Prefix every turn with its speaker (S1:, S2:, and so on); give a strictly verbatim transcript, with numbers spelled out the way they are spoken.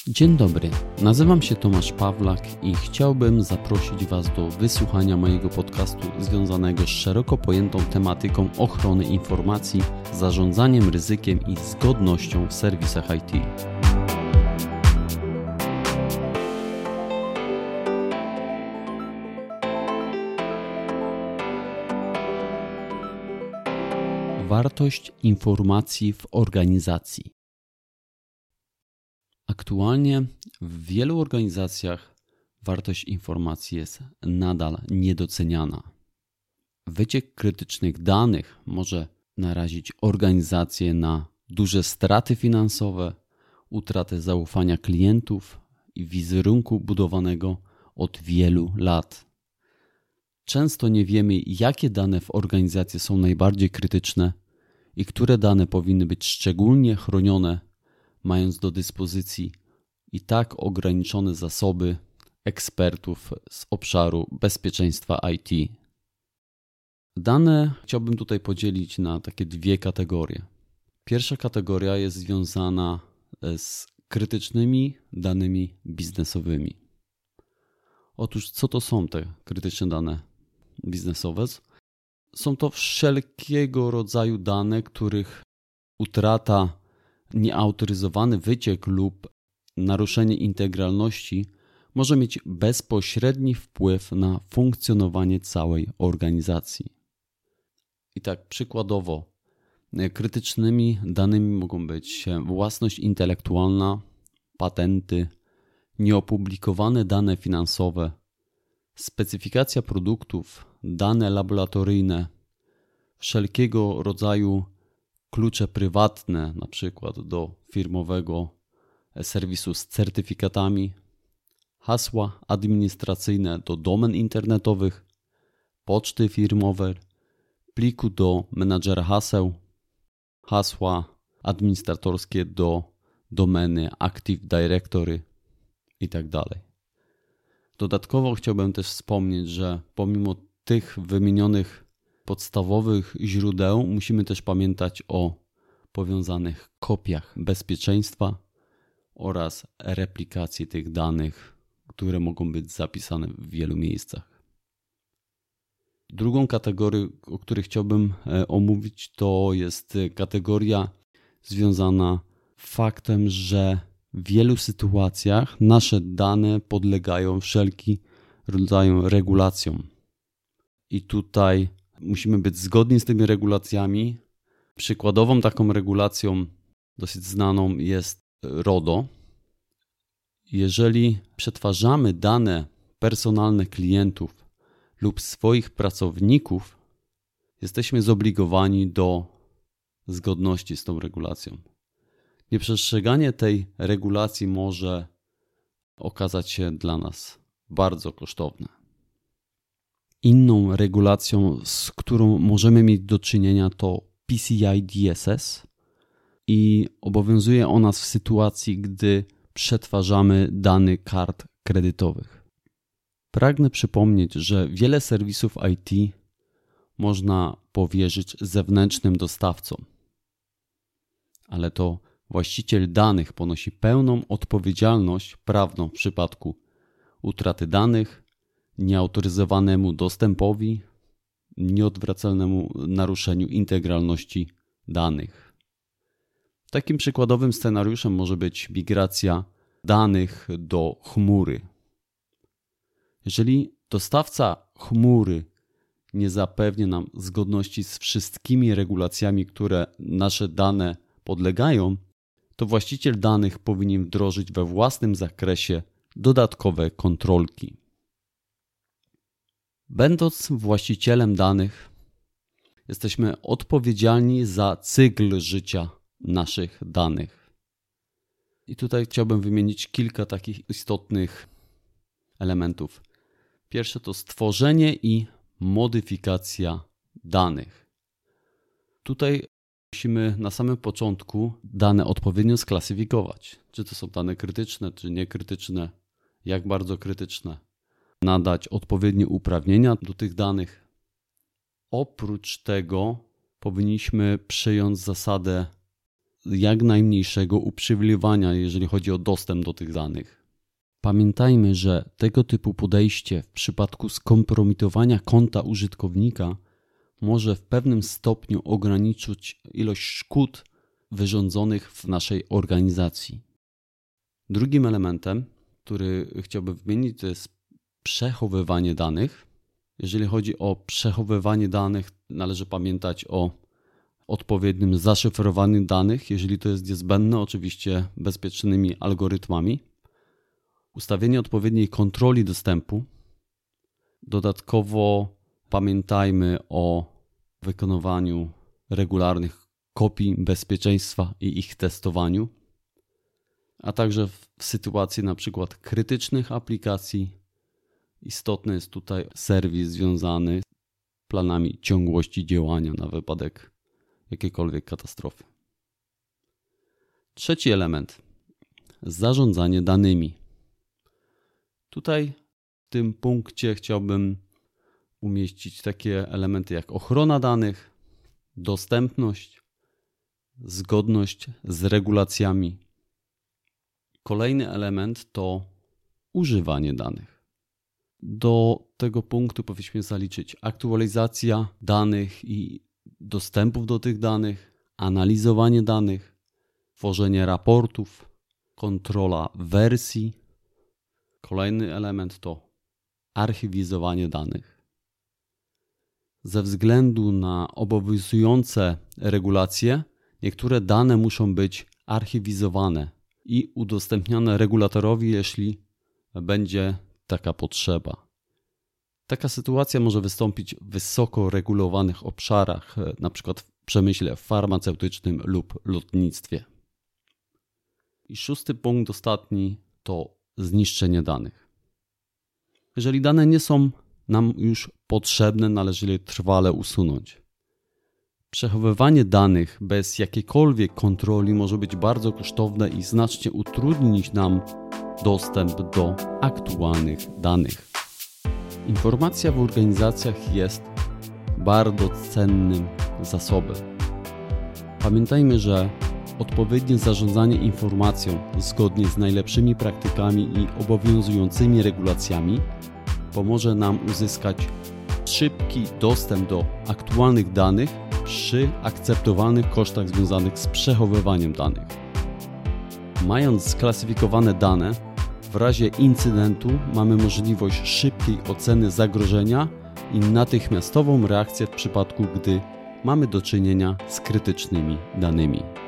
S1: Dzień dobry, nazywam się Tomasz Pawlak i chciałbym zaprosić Was do wysłuchania mojego podcastu związanego z szeroko pojętą tematyką ochrony informacji, zarządzaniem ryzykiem i zgodnością w serwisach I T. Wartość informacji w organizacji. Aktualnie w wielu organizacjach wartość informacji jest nadal niedoceniana. Wyciek krytycznych danych może narazić organizację na duże straty finansowe, utratę zaufania klientów i wizerunku budowanego od wielu lat. Często nie wiemy, jakie dane w organizacji są najbardziej krytyczne i które dane powinny być szczególnie chronione, mając do dyspozycji i tak ograniczone zasoby ekspertów z obszaru bezpieczeństwa I T. Dane chciałbym tutaj podzielić na takie dwie kategorie. Pierwsza kategoria jest związana z krytycznymi danymi biznesowymi. Otóż co to są te krytyczne dane biznesowe? Są to wszelkiego rodzaju dane, których utrata, nieautoryzowany wyciek lub naruszenie integralności może mieć bezpośredni wpływ na funkcjonowanie całej organizacji. I tak przykładowo, krytycznymi danymi mogą być własność intelektualna, patenty, nieopublikowane dane finansowe, specyfikacja produktów, dane laboratoryjne, wszelkiego rodzaju klucze prywatne, na przykład do firmowego serwisu z certyfikatami, hasła administracyjne do domen internetowych, poczty firmowe, pliku do menadżera haseł, hasła administratorskie do domeny Active Directory itd. Dodatkowo chciałbym też wspomnieć, że pomimo tych wymienionych podstawowych źródeł musimy też pamiętać o powiązanych kopiach bezpieczeństwa oraz replikacji tych danych, które mogą być zapisane w wielu miejscach. Drugą kategorię, o której chciałbym omówić, to jest kategoria związana z faktem, że w wielu sytuacjach nasze dane podlegają wszelkim rodzajom regulacjom. I tutaj musimy być zgodni z tymi regulacjami. Przykładową taką regulacją dosyć znaną jest RODO. Jeżeli przetwarzamy dane personalne klientów lub swoich pracowników, jesteśmy zobligowani do zgodności z tą regulacją. Nieprzestrzeganie tej regulacji może okazać się dla nas bardzo kosztowne. Inną regulacją, z którą możemy mieć do czynienia, to P C I D S S i obowiązuje ona w sytuacji, gdy przetwarzamy dane kart kredytowych. Pragnę przypomnieć, że wiele serwisów I T można powierzyć zewnętrznym dostawcom, ale to właściciel danych ponosi pełną odpowiedzialność prawną w przypadku utraty danych, nieautoryzowanemu dostępowi, nieodwracalnemu naruszeniu integralności danych. Takim przykładowym scenariuszem może być migracja danych do chmury. Jeżeli dostawca chmury nie zapewni nam zgodności z wszystkimi regulacjami, które nasze dane podlegają, to właściciel danych powinien wdrożyć we własnym zakresie dodatkowe kontrolki. Będąc właścicielem danych, jesteśmy odpowiedzialni za cykl życia naszych danych. I tutaj chciałbym wymienić kilka takich istotnych elementów. Pierwsze to stworzenie i modyfikacja danych. Tutaj musimy na samym początku dane odpowiednio sklasyfikować. Czy to są dane krytyczne, czy niekrytyczne, jak bardzo krytyczne. Nadać odpowiednie uprawnienia do tych danych. Oprócz tego powinniśmy przyjąć zasadę jak najmniejszego uprzywilejowania, jeżeli chodzi o dostęp do tych danych. Pamiętajmy, że tego typu podejście w przypadku skompromitowania konta użytkownika może w pewnym stopniu ograniczyć ilość szkód wyrządzonych w naszej organizacji. Drugim elementem, który chciałbym wymienić, to jest przechowywanie danych. Jeżeli chodzi o przechowywanie danych, należy pamiętać o odpowiednim zaszyfrowaniu danych, jeżeli to jest niezbędne, oczywiście bezpiecznymi algorytmami. Ustawienie odpowiedniej kontroli dostępu. Dodatkowo pamiętajmy o wykonywaniu regularnych kopii bezpieczeństwa i ich testowaniu, a także w sytuacji na przykład krytycznych aplikacji istotny jest tutaj serwis związany z planami ciągłości działania na wypadek jakiejkolwiek katastrofy. Trzeci element. Zarządzanie danymi. Tutaj w tym punkcie chciałbym umieścić takie elementy jak ochrona danych, dostępność, zgodność z regulacjami. Kolejny element to używanie danych. Do tego punktu powinniśmy zaliczyć aktualizacja danych i dostępów do tych danych, analizowanie danych, tworzenie raportów, kontrola wersji. Kolejny element to archiwizowanie danych. Ze względu na obowiązujące regulacje, niektóre dane muszą być archiwizowane i udostępniane regulatorowi, jeśli będzie taka potrzeba. Taka sytuacja może wystąpić w wysoko regulowanych obszarach, np. w przemyśle farmaceutycznym lub lotnictwie. I szósty punkt, ostatni, to zniszczenie danych. Jeżeli dane nie są nam już potrzebne, należy je trwale usunąć. Przechowywanie danych bez jakiejkolwiek kontroli może być bardzo kosztowne i znacznie utrudnić nam dostęp do aktualnych danych. Informacja w organizacjach jest bardzo cennym zasobem. Pamiętajmy, że odpowiednie zarządzanie informacją zgodnie z najlepszymi praktykami i obowiązującymi regulacjami pomoże nam uzyskać szybki dostęp do aktualnych danych przy akceptowalnych kosztach związanych z przechowywaniem danych. Mając sklasyfikowane dane, w razie incydentu mamy możliwość szybkiej oceny zagrożenia i natychmiastową reakcję w przypadku, gdy mamy do czynienia z krytycznymi danymi.